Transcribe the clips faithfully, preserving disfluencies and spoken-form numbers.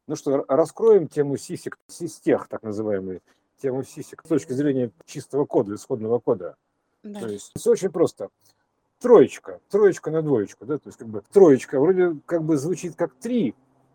Ну что, раскроем тему сисек, систех, так называемый, тему сисек с точки зрения чистого кода, исходного кода. То Да. есть все очень просто. Троечка, троечка на двоечку, да, то есть как бы троечка вроде как бы звучит как три,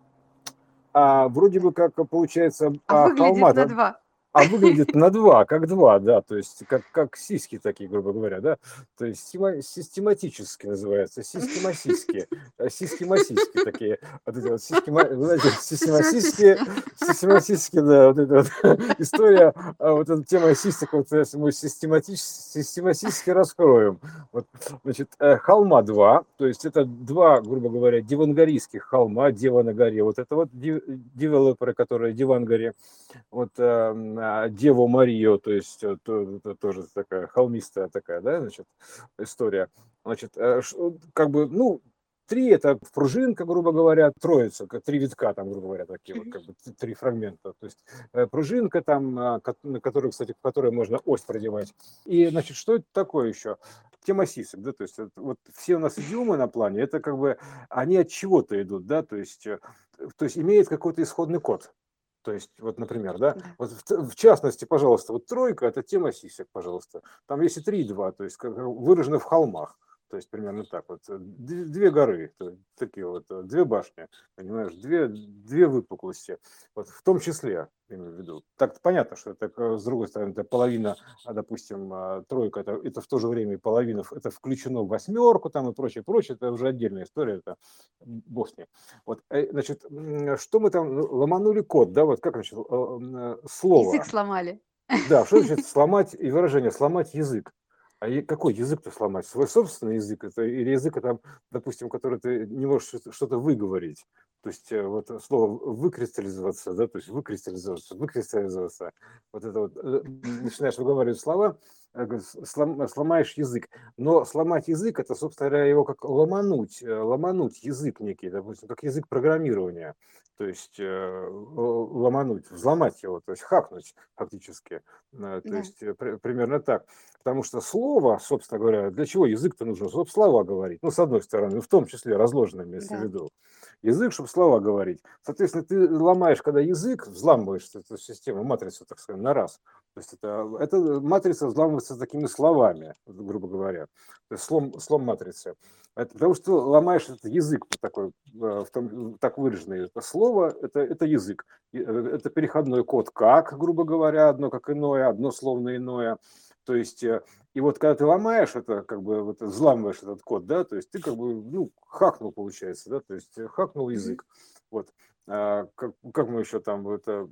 а вроде бы как получается А а, выглядит на холма-то, два. а выглядит на два, как два, да, то есть как, как сиськи такие, грубо говоря, да, то есть сима- систематически называется, сиськи-масиськи, э, сиськи-масиськи такие, вот эти вот сиськи, знаете, сиськи-масиськи, Систематически. сиськи-масиськи, да, вот эта вот история, а вот эта тема сисек, вот если мы систематически, систематически раскроем, вот, значит, э, холма два, то есть это два, грубо говоря, дивангарийских холма, Дева на горе, вот это вот ди- девелоперы, которые Дивангари, вот э, а, Деву Марию, то есть э, то- это тоже такая холмистая такая, да, значит, история. Значит, э, ш- как бы, ну, три это пружинка, грубо говоря, троица, как три витка там, грубо говоря, такие вот, Мгм. как бы т- три фрагмента. То есть э, пружинка там, а, ко- на которую, кстати, в которой можно ось продевать. И, значит, что это такое еще? Тема сисек, да, то есть это вот все у нас идиомы на плане, это как бы они от чего-то идут, да, то есть, э, то есть имеет какой-то исходный код. То есть, вот, например, да, Да. вот в, в частности, пожалуйста, вот тройка – это тема сисек, пожалуйста. Там есть и три, два, то есть как, выражено в холмах. То есть примерно так вот. э, Две, две горы, то- такие вот, э, две башни, понимаешь, две, две выпуклости. Вот в том числе, я имею в виду. Так понятно, что это, э, с другой стороны, это половина, а, допустим, а, тройка, это, это в то же время и половина, в- это включено в восьмерку там и прочее, прочее, это уже отдельная история, это бог с ним. Вот, э, значит, м, что мы там ну, ломанули код, да, вот как значит, э, э, Язык слово, сломали. да, что значит сломать и выражение сломать язык? А е- какой язык-то сломать? Свой собственный язык это или язык, это, допустим, который ты не можешь что- что-то выговорить? То есть э, вот слово выкристаллизоваться, да, то есть выкристаллизоваться, выкристаллизоваться. Вот это вот э, м, начинаешь выговаривать слова, э, г- с- слом- сломаешь язык. Но сломать язык это, собственно говоря, его как ломануть, э, ломануть язык некий, допустим, как язык программирования. То есть э, л- ломануть, взломать его, то есть хакнуть фактически. Э, То Да. есть э, при- примерно так. Потому что слово, собственно говоря, для чего язык-то нужен? Чтобы слова говорить. Ну, с одной стороны, в том числе разложенные, имеется в Да. виду. Язык, чтобы слова говорить. Соответственно, ты ломаешь, когда язык, взламываешь эту систему, матрицу, так сказать, на раз. То есть это, это матрица взламывается такими словами, грубо говоря. То есть слом, слом матрицы. Это потому что ломаешь этот язык вот такой, э, в том, так выраженный. Это слово, это, это язык. И, э, Это переходной код как, грубо говоря, одно как иное, одно словно иное. То есть, э, и вот когда ты ломаешь это, как бы вот взламываешь этот код, да, то есть ты как бы, ну, хакнул, получается, да, то есть э, хакнул Мгм. язык. Вот. А, как, как мы еще там, это,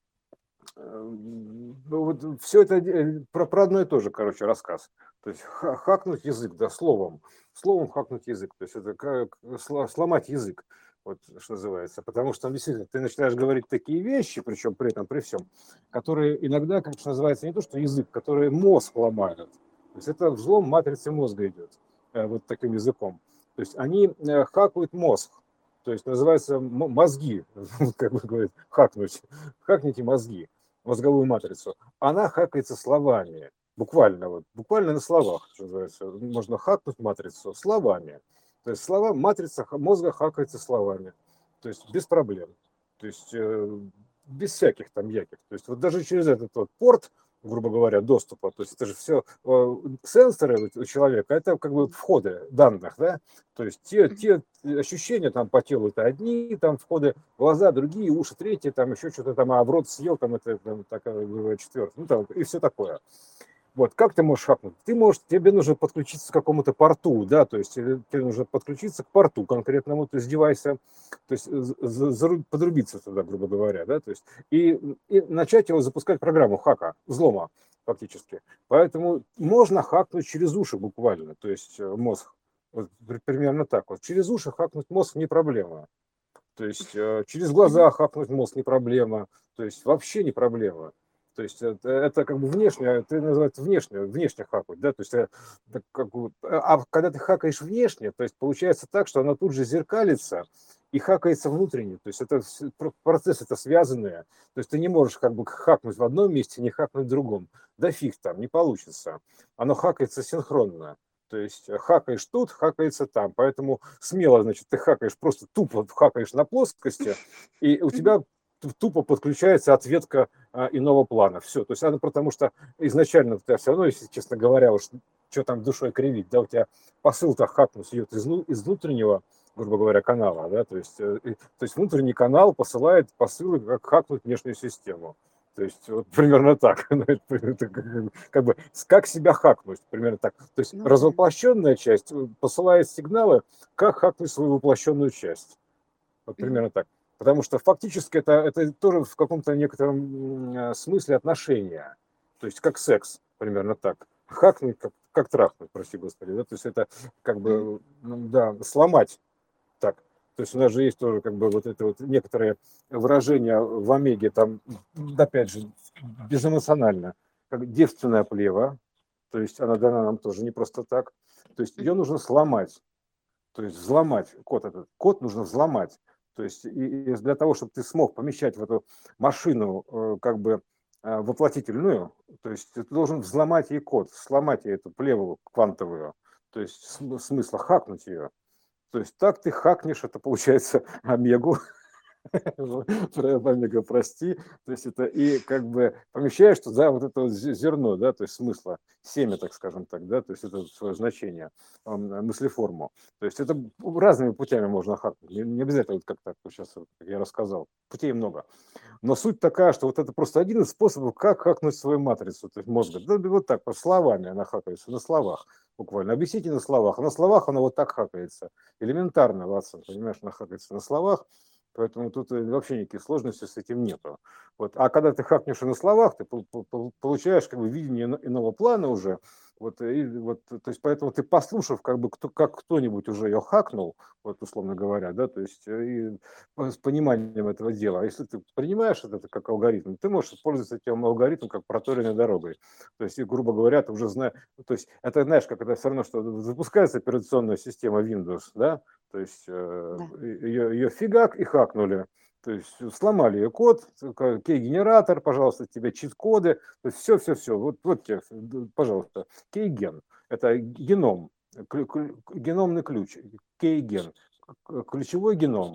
э, ну, вот все это э, про, про одно и то же, короче, рассказ. То есть ха- хакнуть язык, да, словом. Словом хакнуть язык. То есть это как сло- сломать язык, вот что называется. Потому что действительно ты начинаешь говорить такие вещи, причем при этом, при всем, которые иногда, как что называется, не то что язык, которые мозг ломают. То есть это взлом матрицы мозга идет э, вот таким языком. То есть они э, хакают мозг. То есть называется м- мозги, как бы говорят, хакнуть. Хакните мозги, мозговую матрицу. Она хакается словами. Буквально, вот, буквально на словах, что называется. Можно хакнуть матрицу словами. То есть слова, матрица ха- мозга хакается словами. То есть без проблем. То есть э, без всяких там яких. То есть вот даже через этот вот порт, грубо говоря, доступа, то есть это же все э, сенсоры вот у человека, это как бы входы данных, да, то есть те, Мгм. те ощущения там по телу это одни, там входы, глаза другие, уши третьи, там еще что-то там, а в рот съел, там это там, такая бывает четвертая, ну там и все такое. Вот, как ты можешь хакнуть? Ты можешь, тебе нужно подключиться к какому-то порту, да, то есть э, тебе нужно подключиться к порту конкретному, то есть девайса, то есть з- з- зару- подрубиться туда, грубо говоря, да, то есть и, и начать его запускать программу хака, взлома фактически. Поэтому можно хакнуть через уши буквально, то есть э, мозг. Вот при- примерно так вот. Через уши хакнуть мозг не проблема. То есть э, через Мгм. глаза хакнуть мозг не проблема, то есть вообще не проблема. То есть это, это как бы внешне, это называется внешне, внешне хакать, да, то есть э, это как бы, а а когда ты хакаешь внешне, то есть получается так, что оно тут же зеркалится и хакается внутренне, то есть это вс- про- процессы это связанные, то есть ты не можешь как бы хакнуть в одном месте, не хакнуть в другом, да фиг там, не получится, оно хакается синхронно. То есть э, хакаешь тут, хакается там. Поэтому смело, значит, ты хакаешь, просто тупо хакаешь на плоскости, и у Мгм. тебя ту- тупо подключается ответка а, иного плана. Все. То есть она потому что изначально у тебя все равно, если честно говоря, уж что там душой кривить, да, у тебя посыл-то хакнуть идет из, ну- из внутреннего, грубо говоря, канала, да, то есть, э, и- то есть внутренний канал посылает посылы, как хакнуть внешнюю систему. То есть вот примерно так. Ну, это- это как бы как бы как себя хакнуть, примерно так. То есть Ну да. развоплощенная часть э, посылает сигналы, как хакнуть свою воплощенную часть. Вот Мгм. примерно так. Потому что фактически это, это тоже в каком-то некотором м, э, смысле отношения. То есть как секс, примерно так. Хакнуть, как, как трахнуть, прости господи. Да? То есть это как Мгм. бы, ну, да, сломать так. То есть у нас же есть тоже как бы вот это вот некоторые выражения в Омеге, там, опять же, безэмоционально, как девственная плева, то есть она дана нам тоже не просто так. То есть ее Мгм. нужно сломать, то есть взломать код этот. Код нужно взломать. То есть и, и для того, чтобы ты смог помещать в эту машину э, как бы э, воплотительную, то есть ты должен взломать ей код, сломать ей эту плеву квантовую, то есть см- смысла хакнуть ее. То есть так ты хакнешь, это получается омегу, Омега, прости, то есть это и как бы помещаешь туда вот это вот зерно, да, то есть смысла, семя, так скажем так, да, то есть это свое значение, мыслеформу. То есть это разными путями можно хакнуть, не, не обязательно вот как так, вот сейчас вот, как я рассказал, путей много. Но суть такая, что вот это просто один из способов, как хакнуть свою матрицу, то есть мозга. Да, вот так, вот словами она хакается, на словах буквально. Объясните на словах. А на словах она вот так хакается. Элементарно, Ватсон, понимаешь, она хакается на словах. Поэтому тут э, вообще никаких сложностей с этим нету. Вот. А когда ты хакнешь и на словах, ты пол- пол- получаешь как бы видение ино- иного плана уже. Вот, и, вот, то есть поэтому ты послушав, как бы кто, как кто-нибудь уже ее хакнул, вот условно говоря, да, то есть э, и с пониманием этого дела. А если ты принимаешь это как алгоритм, ты можешь пользоваться этим алгоритмом как проторенной дорогой. То есть, и, грубо говоря, ты уже знаешь, то есть это, знаешь, как это все равно, что запускается операционная система Windows, да, то есть э, Да. ее, ее фигак и хакнули. То есть сломали ее код, кей-генератор, пожалуйста, тебе чит-коды, то есть все-все-все, вот, вот тебе, пожалуйста, кей-ген, это геном, клю- клю- геномный ключ, кей-ген, ключевой геном,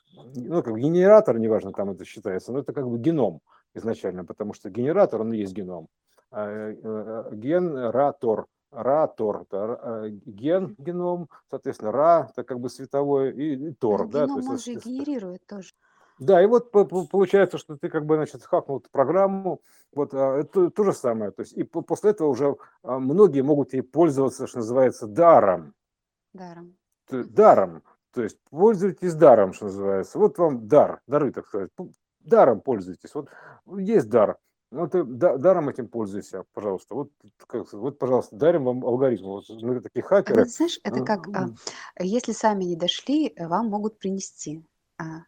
ну, как генератор, неважно, там это считается, но это как бы геном изначально, потому что генератор, он и есть геном. А, э, Генератор, ратор, это э, ген, геном, соответственно, ра, это как бы световой, и, и Но тор, да, то геном есть, он же и это- генерирует тоже. да, и вот по- по- получается, что ты как бы, значит, хакнул эту программу, вот а, это то же самое, то есть, и по- после этого уже а, многие могут ей пользоваться, что называется, даром, Даром. т- даром, то есть пользуйтесь даром, что называется. Вот вам дар, дары, так сказать. П- Даром пользуйтесь. Вот есть дар. Ну, ты да- даром этим пользуйся, пожалуйста. Вот, как сказать, вот, пожалуйста, дарим вам алгоритм. Вот мы такие Ну, хакеры. знаешь, Э, это как, а, если сами не дошли, э, вам могут принести. А,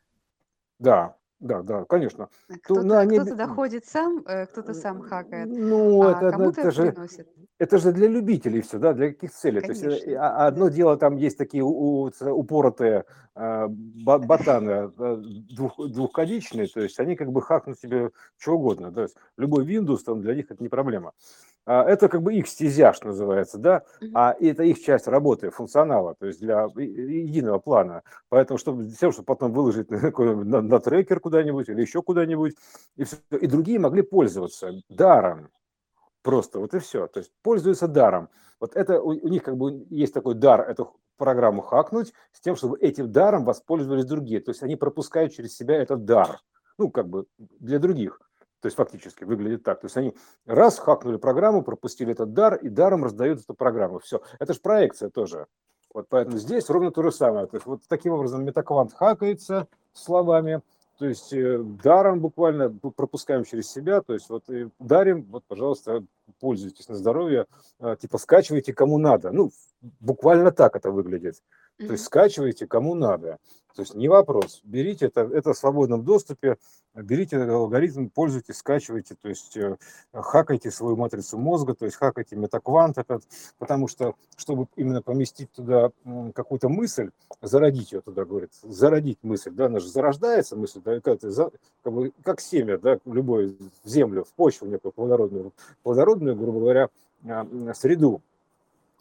Да, да, да, конечно. э, То, ну, кто-то они, кто-то обе- доходит сам, э, кто-то сам хакает, ну, а это, одно- кому-то это же приносит. это же для любителей все, да, для каких целей. То есть э, Конечно, а- одно да. дело, там есть такие у- у- ц- упоротые а, ба- ботаны а, двух, двухкодичные, то есть они как бы хакнут себе что угодно. То есть любой Windows там для них это не проблема. А, Это как бы их стезя, что называется, да, Мгм. а это их часть работы, функционала, то есть для и- и- единого плана. Поэтому, чтобы для того, чтобы потом выложить на, какой-нибудь- на- на трекер куда-нибудь или еще куда-нибудь, и, всё, и другие могли пользоваться даром. Просто вот и все. То есть пользуются даром. Вот это у, у них как бы есть такой дар, эту программу хакнуть, с тем, чтобы этим даром воспользовались другие. То есть они пропускают через себя этот дар. Ну, как бы для других. То есть фактически выглядит так. То есть они раз хакнули программу, пропустили этот дар, и даром раздают эту программу. Все. Это же проекция тоже. Вот поэтому здесь ровно то же самое. То есть вот таким образом метаквант хакается словами, то есть э, даром буквально пропускаем через себя, то есть вот и дарим, вот, пожалуйста, пользуйтесь на здоровье, а, типа скачивайте кому надо. Ну, буквально так это выглядит. То есть Мгм. скачивайте кому надо. То есть не вопрос. Берите это, это в свободном доступе, берите этот алгоритм, пользуйтесь, скачивайте, то есть э, хакайте свою матрицу мозга, то есть хакайте метаквант этот, потому что, чтобы именно поместить туда м, какую-то мысль, зародить ее туда, говорит, зародить мысль, да, она же зарождается мысль, да, как, ты за- как, бы, как семя, да, любой в землю, в почву некую плодородную, плодородную, грубо говоря, а, среду.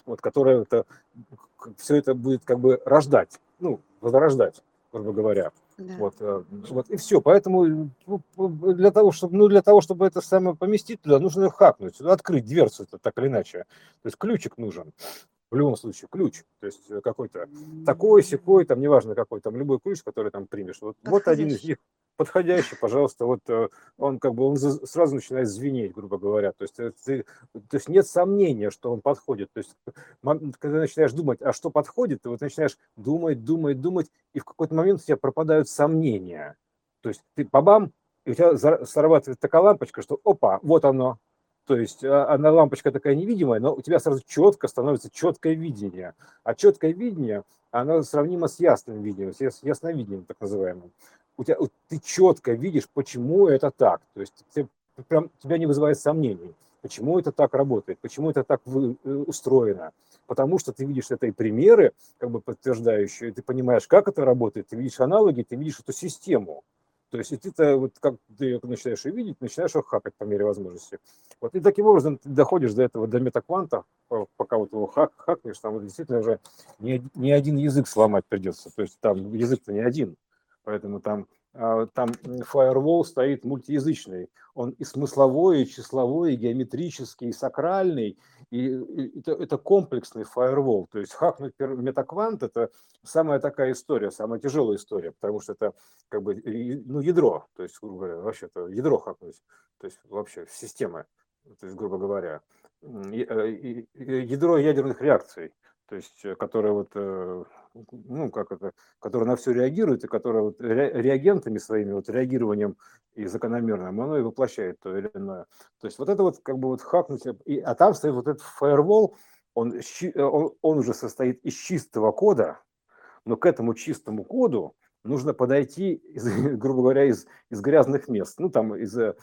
вот, которая это, все это будет как бы рождать, ну, возрождать, грубо говоря. Да. Вот, э, вот и все. Поэтому ну, для того, чтобы, ну, для того, чтобы это самое поместить туда, нужно хакнуть, открыть дверцу, это так или иначе. То есть ключик нужен. В любом случае, ключ, то есть э, какой-то такой, секой, там, неважно какой, там, любой ключ, который там примешь. Вот, вот один из Подходящий. них подходящий, пожалуйста, вот э, он как бы, он за- сразу начинает звенеть, грубо говоря. То есть, э, ты- то есть нет сомнения, что он подходит. То есть, мом- когда начинаешь думать, а что подходит, ты вот начинаешь думать, думать, думать, и в какой-то момент у тебя пропадают сомнения. То есть ты бабам, и у тебя за- срабатывает такая лампочка, что опа, вот оно, то есть а, она лампочка такая невидимая, но у тебя сразу четко становится четкое видение. А четкое видение, оно сравнимо с ясным видением, с ясновидением так называемым. У тебя, вот ты четко видишь, почему это так. То есть ты, прям, тебя не вызывает сомнений, почему это так работает, почему это так вы, э, устроено. Потому что ты видишь это и примеры, как бы подтверждающие, ты понимаешь, как это работает, ты видишь аналоги, ты видишь эту систему. То есть и ты-то, вот как ты ее начинаешь ее видеть, начинаешь ее хакать по мере возможности. Вот и таким образом ты доходишь до этого, до метакванта, пока вот его хак, хакнешь, там вот действительно уже не, не один язык сломать придется. То есть там язык-то не один, поэтому там, а, там firewall стоит мультиязычный. Он и смысловой, и числовой, и геометрический, и сакральный, и, и это, это комплексный firewall. То есть хакнуть метаквант – это самая такая история, самая тяжелая история, потому что это как бы ну, ядро, то есть, грубо говоря, вообще-то ядро хакнуть, то есть вообще система, то есть, грубо говоря, ядро ядерных реакций, то есть, которое вот, ну, как это, которое на все реагирует, и которое вот реагентами своими, вот реагированием и закономерным, оно и воплощает то или иное. То есть вот это вот как бы вот хакнуть, и, а там стоит вот этот firewall, он, он, он уже состоит из чистого кода, но к этому чистому коду нужно подойти, из, грубо говоря, из, из грязных мест, ну там из, э,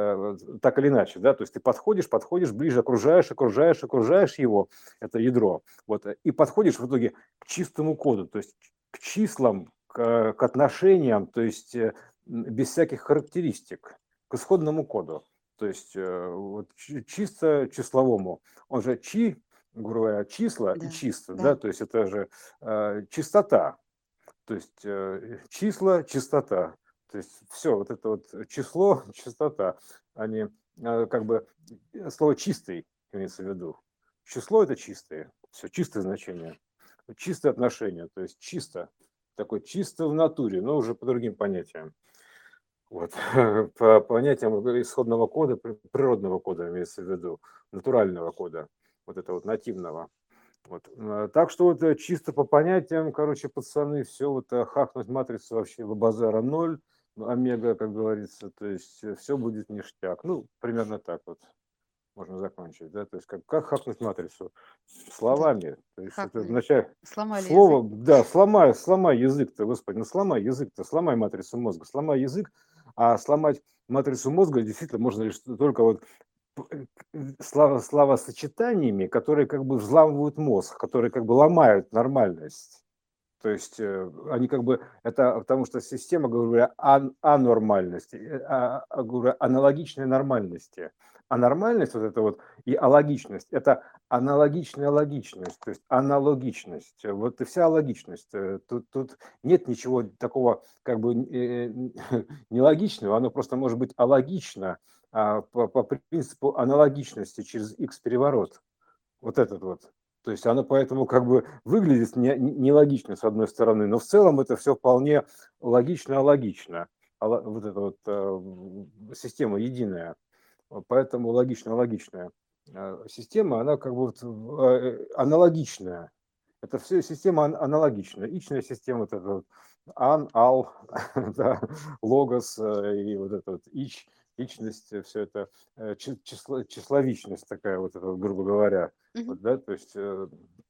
так или иначе, да, то есть ты подходишь, подходишь ближе, окружаешь, окружаешь, окружаешь его, это ядро, вот, и подходишь в итоге к чистому коду, то есть к числам, к, к отношениям, то есть э, без всяких характеристик, к исходному коду, то есть э, вот, чисто числовому, он же чи, грубо говоря, числа и Да, чисто, да. да, то есть это же э, чистота, то есть э, числа, чистота, то есть все вот это вот число, частота, они э, как бы э, слово чистый имеется в виду. Число это чистое, все чистое значение, чистое отношение, то есть чисто, такой чисто в натуре, но уже по другим понятиям. Вот. По понятиям исходного кода, природного кода имеется в виду, натурального кода, вот это вот нативного. Вот. э, Так что вот э, чисто по понятиям, короче, пацаны, все вот э, хакнуть матрицу вообще базара ноль, ну, омега, как говорится, то есть все будет ништяк. Ну, примерно так вот можно закончить, да, то есть как, как хакнуть матрицу? Да. Словами, то есть это Хакнули. означает Сломали язык. слово, да, сломай, сломай язык-то, господи, ну сломай язык-то, сломай матрицу мозга, сломай язык, а сломать матрицу мозга действительно можно лишь только вот п- э, слава, словосочетаниями, которые как бы взламывают мозг, которые как бы ломают нормальность. То есть э, они как бы, это потому что система, говоря, ан, анормальности, э, а, а, говорю, аналогичной нормальности. А нормальность вот это вот и алогичность, это аналогичная логичность, то есть аналогичность. Вот и вся логичность. Э, Тут, тут нет ничего такого как бы э, нелогичного, оно просто может быть алогично а, по, по принципу аналогичности через x переворот. Вот этот вот. То есть оно поэтому как бы выглядит не- не- нелогично с одной стороны, но в целом это все вполне логично-логично. А ла- Вот эта вот э, система единая. Вот поэтому логично-логичная э, система, она как бы вот, э, аналогичная. Это все система ан- аналогичная. Ичная система, вот это вот ан, ал, да, логос э, и вот это вот ич, ичность, все это э, чи- число, числовичность такая вот, это, вот, грубо говоря, Мгм. вот, да, то есть э,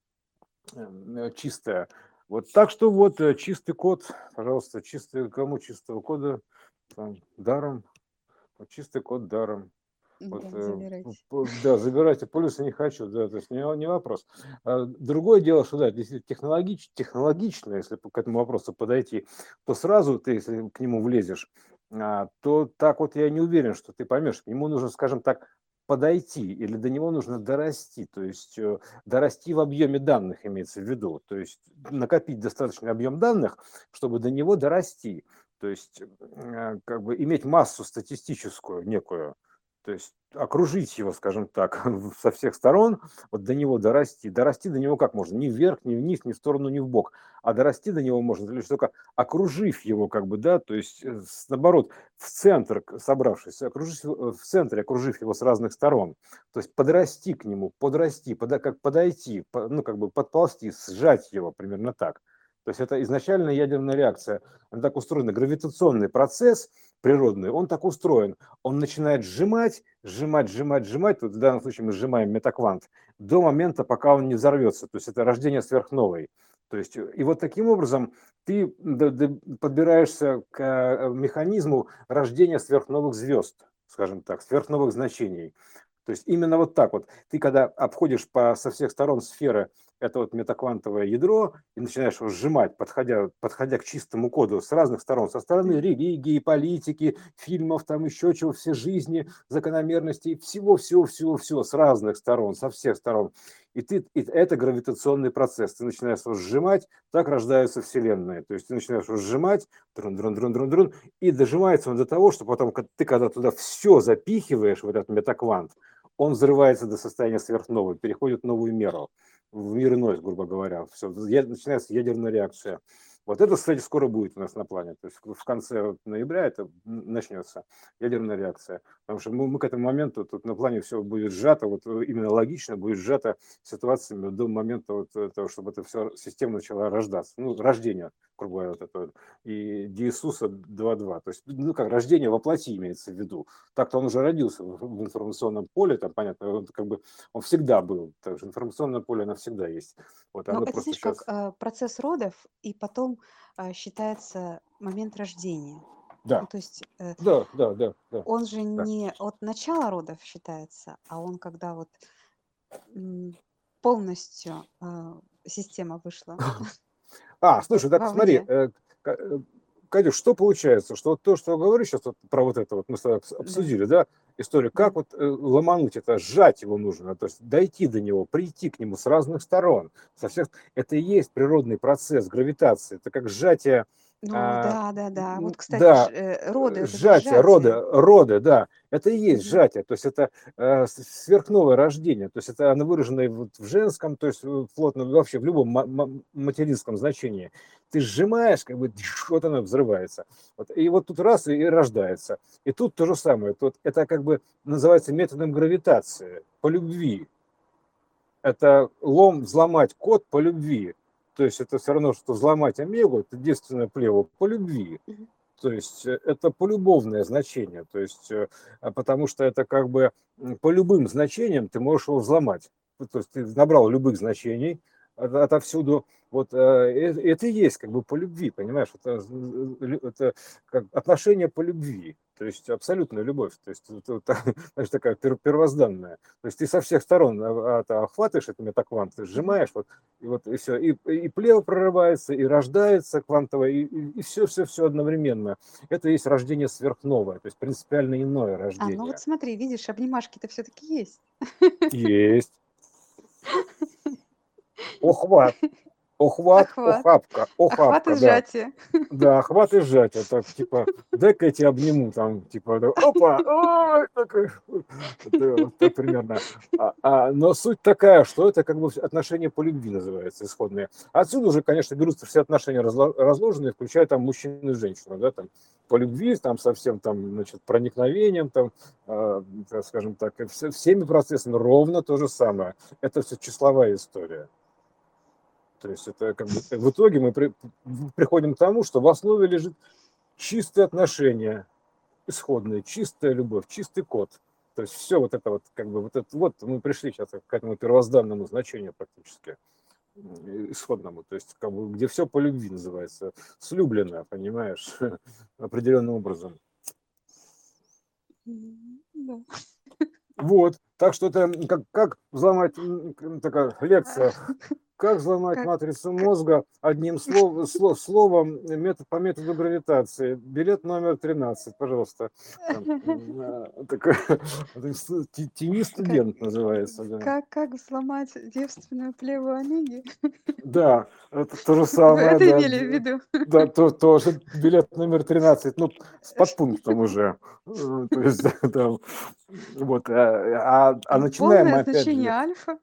э, чистая. Вот так что вот э, чистый код, пожалуйста, чистый, кому чистого кода там, даром, вот чистый код даром. Вот, Да, э, п- забирайте. п- да, забирайте полюсы не хочу, да, то есть не, не вопрос. А другое дело, что да, если технологич, технологично, если к этому вопросу подойти, то сразу ты, если к нему влезешь, а, то так вот я не уверен, что ты поймешь. Ему нужно, скажем так, подойти или до него нужно дорасти, то есть э, дорасти в объеме данных имеется в виду, то есть накопить достаточный объем данных, чтобы до него дорасти, то есть э, как бы иметь массу статистическую некую, то есть окружить его, скажем так, со всех сторон, вот до него дорасти. Дорасти до него как можно? Ни вверх, ни вниз, ни в сторону, ни в бок. А дорасти до него можно лишь только окружив его, как бы, да, то есть э, с- наоборот, в центр к- собравшись, окружив его- в центре, окружив его с разных сторон, то есть подрасти к нему, подрасти, пода- как подойти, по- ну, как бы подползти, сжать его, примерно так. То есть это изначально ядерная реакция, она так устроена, гравитационный процесс природный, он так устроен, он начинает сжимать, сжимать, сжимать, сжимать, вот в данном случае мы сжимаем метаквант, до момента, пока он не взорвется, то есть это рождение сверхновой. То есть, э, и вот таким образом ты д- д- подбираешься к э, механизму рождения сверхновых звезд, скажем так, сверхновых значений. То есть именно вот так вот. Ты когда обходишь по, со всех сторон сферы это вот метаквантовое ядро и начинаешь его сжимать, подходя, подходя к чистому коду с разных сторон, со стороны Мгм. религии, политики, фильмов, там еще чего, все жизни, закономерностей, всего-всего-всего-всего с разных сторон, со всех сторон. И, ты, и это гравитационный процесс. Ты начинаешь его сжимать, так рождаются вселенные. То есть ты начинаешь его сжимать, друн, друн, друн, друн, друн, и дожимается он до того, что потом как ты, когда туда все запихиваешь в этот метаквант, он взрывается до состояния сверхновой, переходит в новую меру, в мир иной, грубо говоря. Все, начинается ядерная реакция. Вот это, кстати, скоро будет у нас на плане. То есть в конце ноября это начнется ядерная реакция. Потому что мы, мы к этому моменту тут на плане все будет сжато, вот именно логично будет сжато ситуациями до момента вот того, чтобы эта вся система начала рождаться. Ну, рождение, грубо говоря, вот это вот. И Диисуса два два. То есть, ну как, рождение во плоти имеется в виду. Так-то он уже родился в, в информационном поле, там, понятно, он как бы, он всегда был. Также информационное поле, оно всегда есть. Вот Ну, оно это, просто знаешь, как сейчас... э, процесс родов, и потом э, считается момент рождения. Да, Ну, то есть э, да, да, да, да, он же да. не от начала родов считается, а он когда вот м, полностью э, система вышла А, во- слушай, так смотри, вовне. э, Ка- э, Катюш, что получается, что вот то, что говоришь сейчас вот про вот это вот мы с тобой обс- Да, обсудили, да, историю, да. как вот э, ломануть это, сжать его нужно, то есть дойти до него, прийти к нему с разных сторон, со всех, это и есть природный процесс гравитации, это как сжатие, Ну, а, да, да, да. Вот, м, кстати, ж- да, э, роды, э, это же сжатие, роды, сжатие. роды, да, это и есть Мгм. сжатие, то есть это э, с- сверхновое рождение, то есть это оно выражено вот в женском, то есть э, плотно вообще в любом ма- ма- материнском значении. Ты сжимаешь, как бы, вот оно взрывается. Вот, и вот тут раз и, и рождается. И тут то же самое. Тут это как бы называется методом гравитации по любви. Это лом, взломать код по любви. То есть это все равно, что взломать омегу, это девственное плево по любви. Мгм. То есть э, это полюбовное значение, то есть, э, а потому что это как бы м, по любым значениям ты можешь его взломать. Ну, то есть ты набрал любых значений от- отовсюду, вот э, э, это и есть как бы по любви, понимаешь, это, з- лю- это как отношение по любви, то есть абсолютная любовь, то есть это, это, знаешь, такая пер- первозданная. То есть ты со всех сторон а, а, это охватываешь это метаквант, ты Мгм. сжимаешь, вот, и вот и все, и, и плево прорывается, и рождается квантовое, и, и, все, все, все одновременно. Это и есть рождение сверхновое, то есть принципиально иное А, ну вот рождение. смотри, видишь, обнимашки-то все-таки есть. Есть. Охват, охват, Охват. охапка, Охват и охапка, да. сжатие. Да, охват и сжатие, так, типа, дай-ка я тебя обниму, там, типа, да, опа, ой, такой, это, вот так примерно. А, а, но суть такая, что это как бы отношения по любви называется, исходные. Отсюда уже, конечно, берутся все отношения разло- разложенные, включая там мужчину и женщину, да, там, по любви, там, совсем там, значит, проникновением, там, э, так скажем так, и все- всеми процессами ровно то же самое. Это все числовая история. То есть это как бы в итоге мы при- приходим к тому, что в основе лежит чистые отношения, исходные, чистая любовь, чистый код. То есть все вот это вот, как бы вот это вот мы пришли сейчас к этому первозданному значению практически м, исходному, то есть как бы где все по любви называется, слюблено, понимаешь, определенным образом. М, да. Вот, так что это как, как взломать м, такая лекция Как взломать Как, матрицу как- мозга одним слов, слов, словом метод, по методу гравитации? Билет номер тринадцать, пожалуйста. Там, м, а, такой, ти- тени как, студент называется, да. как, как взломать девственную плеву Омеги? Да, это то же Вы самое, это да. имели в д- виду? Да, то, тоже билет номер тринадцать, ну, с подпунктом уже. Э, То есть, да, там, вот, а, а, а Ну, начинаем полное мы опять значение же, альфа.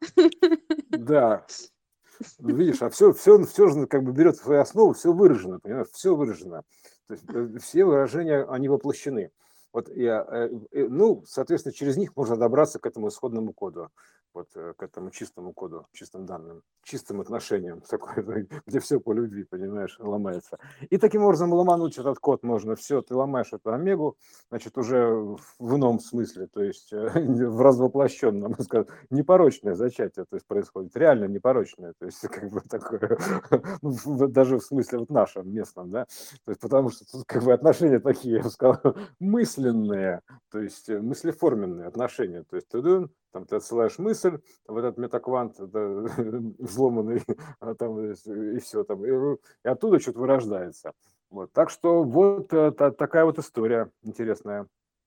да, ну, видишь, а все, все, все же как бы берет свою основу, все выражено, понимаешь, все выражено. То есть э, все выражения, они воплощены. Вот я, э, э, ну, соответственно, через них можно добраться к этому исходному коду, вот э, к этому чистому коду, чистым данным, чистым отношениям, такой, где все по любви, понимаешь, ломается. И таким образом ломануть этот код можно. Все, ты ломаешь эту омегу, значит, уже в ином смысле, то есть э, в развоплощенном, скажем, непорочное зачатие, то есть происходит, реально непорочное, то есть как бы такое, ну, в- даже в смысле вот нашем местном, да, то есть потому что тут как бы отношения такие, я бы сказал, мысленные, то есть э, мыслеформенные отношения, то есть ты ду- там ты отсылаешь мысль в этот метаквант это, взломанный, а там, и все там, и, и оттуда что-то вырождается. Вот. Так что вот э, та- такая вот история интересная.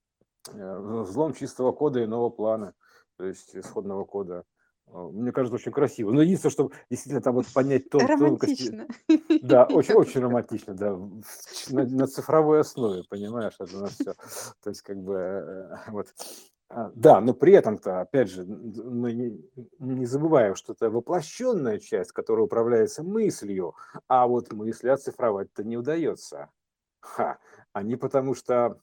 Э, Взлом чистого кода иного плана, то есть исходного кода. Э, Мне кажется, очень красиво. Но единственное, чтобы действительно там вот понять тон, тонкости, Романтично, да, очень, я бы очень сказала. романтично, да, в- ч- на, на цифровой основе, понимаешь, это у нас все. То есть как бы э, вот. А, Да, но при этом-то, опять же, н- мы не, не забываем, что это воплощенная часть, которая управляется мыслью, а вот мысли оцифровать-то не удается. Ха. Они потому что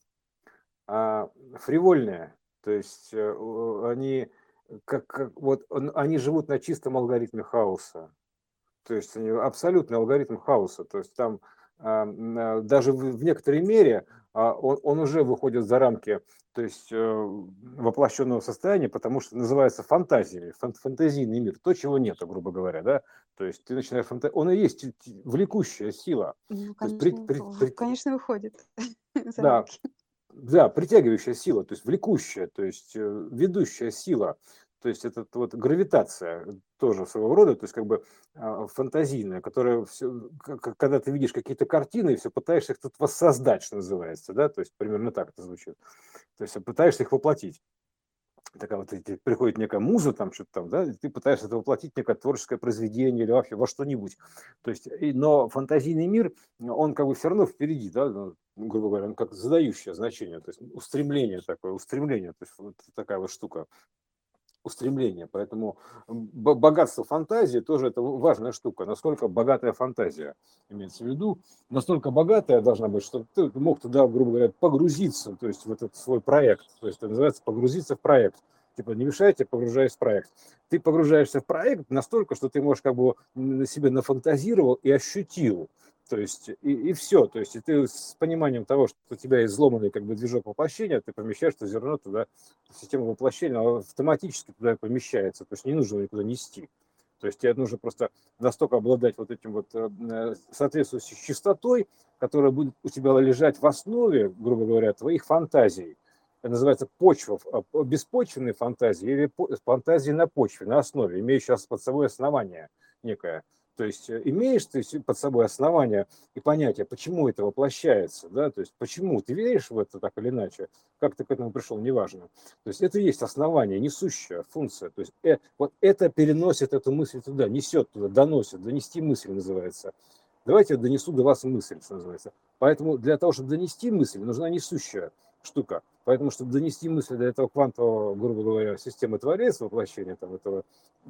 а, фривольные. То есть э, о- они как, как вот он- они живут на чистом алгоритме хаоса. То есть они абсолютный алгоритм хаоса. То есть там а, м, а, даже в, в некоторой мере а, он, он уже выходит за рамки, то есть э, воплощенного состояния, потому что называется фантазией, фан- фантазийный мир, то, чего нету, грубо говоря, да. То есть ты начинаешь фанта... Он и есть т- т- влекущая сила. Ну, То есть при, конечно, при- в- при- конечно, выходит за да, рамки. да, притягивающая сила, то есть влекущая, то есть э, ведущая сила, то есть это вот гравитация тоже своего рода, то есть как бы а, фантазийная, которая все, когда ты видишь какие-то картины, и все пытаешься их тут воссоздать, что называется, да, то есть примерно так это звучит, то есть пытаешься их воплотить. Такая вот эти- приходит некая муза, там что-то там, да, и ты пытаешься это воплотить в некое творческое произведение или вообще во что-нибудь. То есть, и- но фантазийный мир, он как бы все равно впереди, да, ну, грубо говоря, он как задающее значение, то есть устремление такое, устремление, то есть вот такая вот штука, устремление. Поэтому б- богатство фантазии тоже это важная штука. Насколько богатая фантазия имеется в виду, настолько богатая должна быть, чтобы ты мог туда, грубо говоря, погрузиться, то есть в этот свой проект. То есть это называется погрузиться в проект. Типа не мешайте, погружаясь в проект. Ты погружаешься в проект настолько, что ты можешь как бы на себе нафантазировал и ощутил. То есть и, и все. То есть и ты с пониманием того, что у тебя есть взломанный как бы движок воплощения, ты помещаешь это зерно туда, система воплощения, она автоматически туда помещается, то есть не нужно никуда нести. То есть тебе нужно просто настолько обладать вот этим вот э, соответствующей частотой, которая будет у тебя лежать в основе, грубо говоря, твоих фантазий. Это называется почва, беспочвенные фантазии или фантазии на почве, на основе, имеющие под собой основание некое. То есть э, имеешь ты под собой основание и понятие, почему это воплощается, да, то есть почему ты веришь в это так или иначе, как ты к этому пришел, неважно. То есть это и есть основание, несущая функция. То есть э, вот это переносит эту мысль туда, несет туда, доносит, донести мысль называется. Давайте я донесу до вас мысль, что называется. Поэтому для того, чтобы донести мысль, нужна несущая штука. Поэтому, чтобы донести мысль до этого квантового, грубо говоря, системы творец, воплощения там, этого,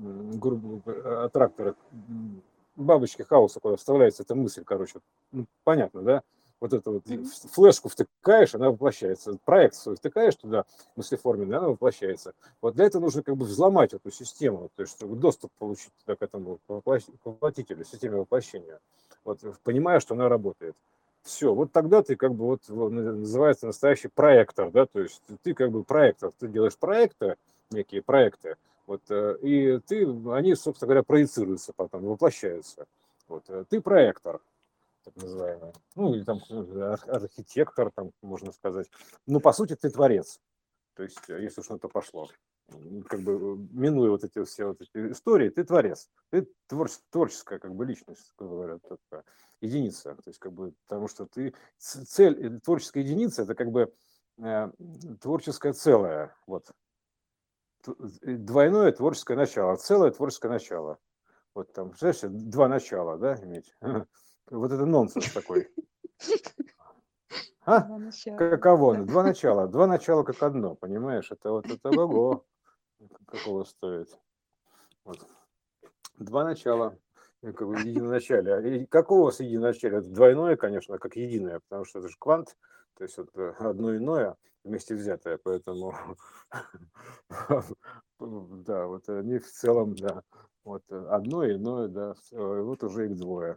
грубо говоря, трактора, бабочки хаоса, куда вставляется эта мысль, короче, ну, понятно, да? Вот эту вот Мгм. флешку втыкаешь, она воплощается. Проекцию втыкаешь туда, мыслеформенную, она воплощается. Вот для этого нужно как бы взломать эту систему, то есть чтобы доступ получить туда, к этому к воплотителю, системе воплощения. Вот, понимая, что она работает. Все, вот тогда ты как бы вот называется настоящий проектор, да, то есть ты как бы проектор, ты делаешь проекты, некие проекты, вот, и ты, они, собственно говоря, проецируются потом, воплощаются. Вот, ты проектор, так называемый, ну или там архитектор, там можно сказать. Ну, по сути, ты творец, то есть если уж на то пошло. как бы минуя вот эти все вот эти истории, ты творец, ты творче- творческая как бы личность, грубо говоря, такая единица, то есть как бы потому что ты ц- цель э, творческая единица это как бы э, творческое целое, вот. Т- э, двойное творческое начало, целое творческое начало. Вот там, знаешь, два начала, да, иметь. Вот это нонсенс такой. А? Два начала. Каково? Да. Ну, два начала. Два начала как одно, понимаешь? Это вот это ого. Какого стоит. Вот. Два начала. э, Как бы в единоначале. А и какого с единоначалия? Это двойное, конечно, как единое, потому что это же квант, то есть это одно иное вместе взятое, поэтому да, вот они в целом, да, вот э, одно иное, да, э, вот уже их двое.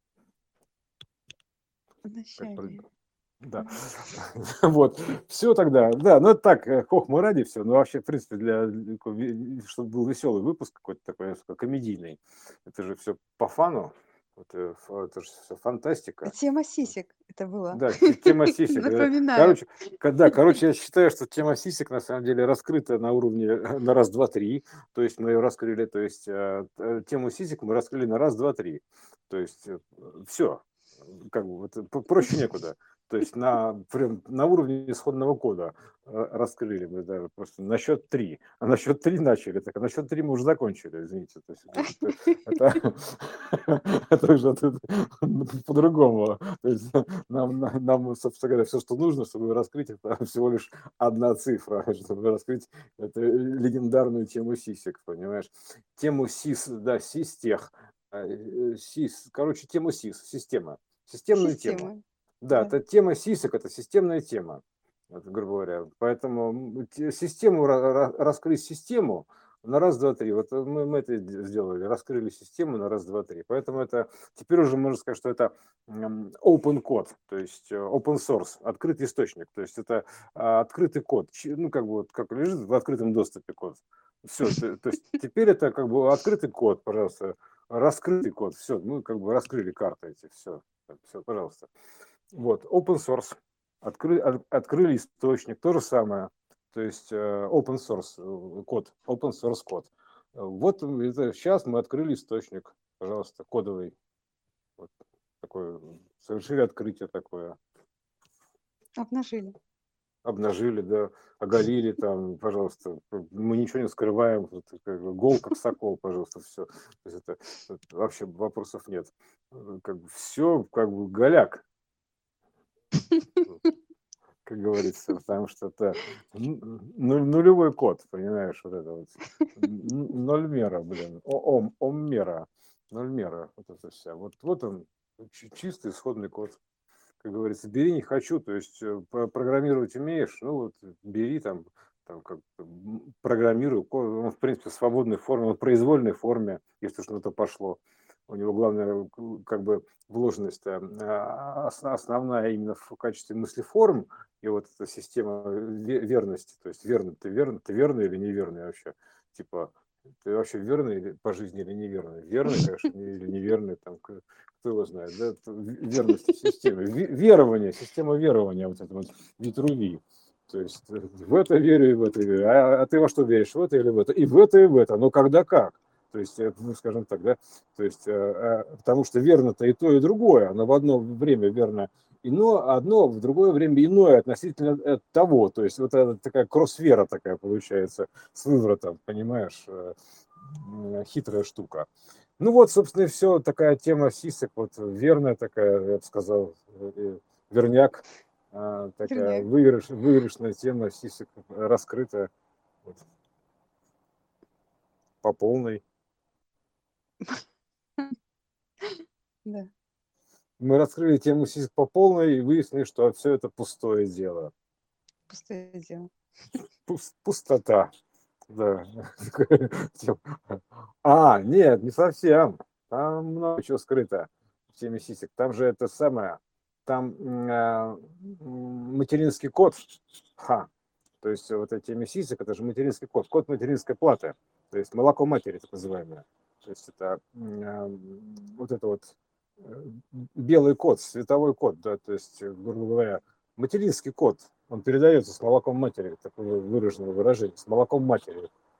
Как про- Вначале. Да, Мгм. вот, все тогда, да, ну это так, э, хохма ради все, но вообще, в принципе, для, чтобы был веселый выпуск какой-то такой, несколько комедийный, это же все по фану, вот, э, ф- это же все фантастика, Тема сисек это было. да, те- тема сисек, э, Напоминаю. короче, ка- да, короче, я считаю, что тема сисек на самом деле раскрыта на уровне э, на раз, два, три, то есть мы ее раскрыли, то есть э, э, тему сисек мы раскрыли на раз, два, три, то есть все, как бы вот, э, п- проще некуда. То есть на, прям на уровне исходного кода э, раскрыли мы даже просто на счет три. А на счет три начали, так а на счет три мы уже закончили, извините. То есть это, это, это уже тут по-другому. То есть нам, нам, нам, собственно говоря, все, что нужно, чтобы раскрыть, это всего лишь одна цифра, чтобы раскрыть эту легендарную тему сисек, понимаешь? Тему сис, да, систех, э, сис, короче, тему сис, система, системную тему. Системы. Да, Да. это тема сисек, это системная тема, вот, грубо говоря. Поэтому м, те- систему, ра- ра- раскрыть систему на раз, два, три. Вот э, мы, мы это д- сделали, раскрыли систему на раз, два, три. Поэтому это теперь уже можно сказать, что это м, open код, то есть э, open source, открытый источник. То есть это а, открытый код, чи- ну как бы вот как лежит в открытом доступе код. Все, то, то есть теперь это как бы открытый код, пожалуйста, раскрытый код. Все, мы как бы раскрыли карты эти, все, все, пожалуйста. Вот, open source. Откры, от- открыли источник, то же самое. То есть э, open source э, код, open source код. Э, Вот это, сейчас мы открыли источник, пожалуйста, кодовый. Вот такое, совершили открытие такое. Обнажили. Обнажили, да, оголили там, пожалуйста. Мы ничего не скрываем. Вот, как бы, гол как сокол, пожалуйста, все. То есть это, это вообще вопросов нет. Э, Как бы все, как бы голяк. Как говорится, потому что это ну- нулевой код, понимаешь, вот это вот. Н- Ноль мера, блин, О- ом, ом мера, ноль мера, вот это вся. Вот, вот он, чи- чистый исходный код. Как говорится, бери не хочу, то есть э, про- программировать умеешь, ну вот бери там, там как программируй, ко- он в принципе в свободной форме, в произвольной форме, если уж на то пошло. У него главное к- как бы вложенность а, а, ос- основная именно в качестве мыслеформ, и вот эта система ве- верности, то есть верно, ты верный, ты верный или неверный вообще, типа ты вообще верный или по жизни или неверный? Верный, конечно, не- или неверный, там, к- кто его знает, да, это в- верности в системе. Ве- Верование, система верования, вот это вот Витруви. То есть э, в это верю и в это верю. А, а ты во что веришь? В это или в это? И в это, и в это. Но когда как? То есть, э, ну, скажем так, да, то есть, э, э, потому что верно-то и то, и другое. Оно в одно время верно ино, одно, в другое время иное относительно э, того. То есть, вот это такая кросс-вера такая получается с выворотом, понимаешь, э, м, хитрая штука. Ну вот, собственно, и все. Такая тема сисек, вот верная такая, я бы сказал, э, верняк, а, такая Верняк. выигрыш, выигрышная тема сисек раскрыта вот, по полной. Да. Мы раскрыли тему сисек по полной и выяснили, что все это пустое дело. Пустое дело. Пус- Пустота. Да. А, нет, не совсем. Там много чего скрыто в теме сисек. Там же это самое, там м, а, м, материнский код. Ха. То есть вот эти теме сисек, это же материнский код, код материнской платы. То есть молоко матери, так называемое. То есть это м, а, вот это вот э, белый код, световой код, да, то есть, э, грубо говоря, материнский код, он передается с молоком матери, такое выраженное выражение, с молоком матери.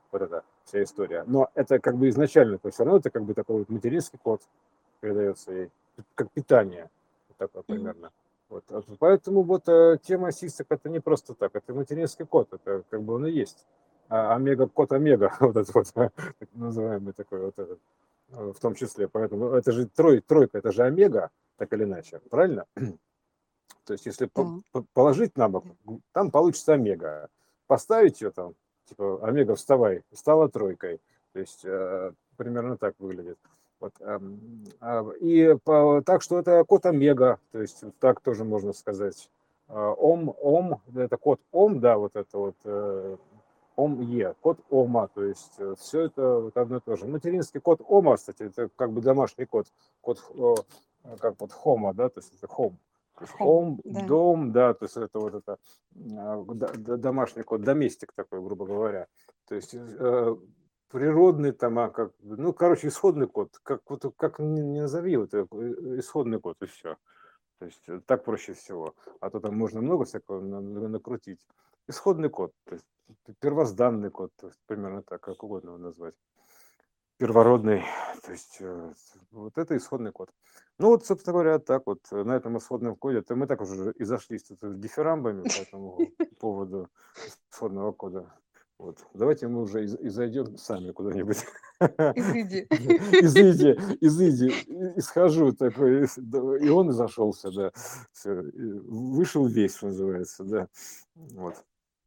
вот эта вся история. Но это как бы изначально, то есть все равно это как бы такой вот материнский код передается ей, как питание, вот такое Мгм. примерно. Вот. а Поэтому вот э, тема сисек это не просто так, это материнский код, это как бы он и есть. А омега, код омега, вот этот вот так называемый такой вот этот, э, в том числе. Поэтому это же трой, тройка, это же омега, так или иначе, правильно? То есть, если по- Да. по- положить на бок, Да. там получится омега. Поставить ее там, типа, омега, вставай, стала тройкой. То есть, э, примерно так выглядит. Вот, эм, а, и по- так что это код омега, то есть вот так тоже можно сказать. А, Ом, ом, это код ом, да, вот это вот э, ом-е, код ома, то есть все это вот одно и то же. Материнский код ома, кстати, это как бы домашний код, код о, как вот хома, да, то есть это хом. То есть Хом. home, Да. дом, да, то есть это вот это а, д- д- домашний код, доместик такой, грубо говоря. То есть э, природный там, а как, бы, ну, короче, исходный код, как вот как ни, ни назови, вот э, исходный код и все. То есть э, так проще всего. А то там можно много всякого на- на- накрутить. Исходный код, то есть первозданный код, то есть примерно так, как угодно его назвать. Первородный, то есть э, вот это исходный код. Ну вот, собственно говоря, так вот э, на этом исходном коде, то мы так уже и зашлись тут дифирамбами по этому поводу исходного кода. Вот. Давайте мы уже и, зайдем сами куда-нибудь. Изыди. Изыди, изыди, и- исхожу такой, и с- да, и он и зашелся, да. Всё, и вышел весь, что называется, да. Вот.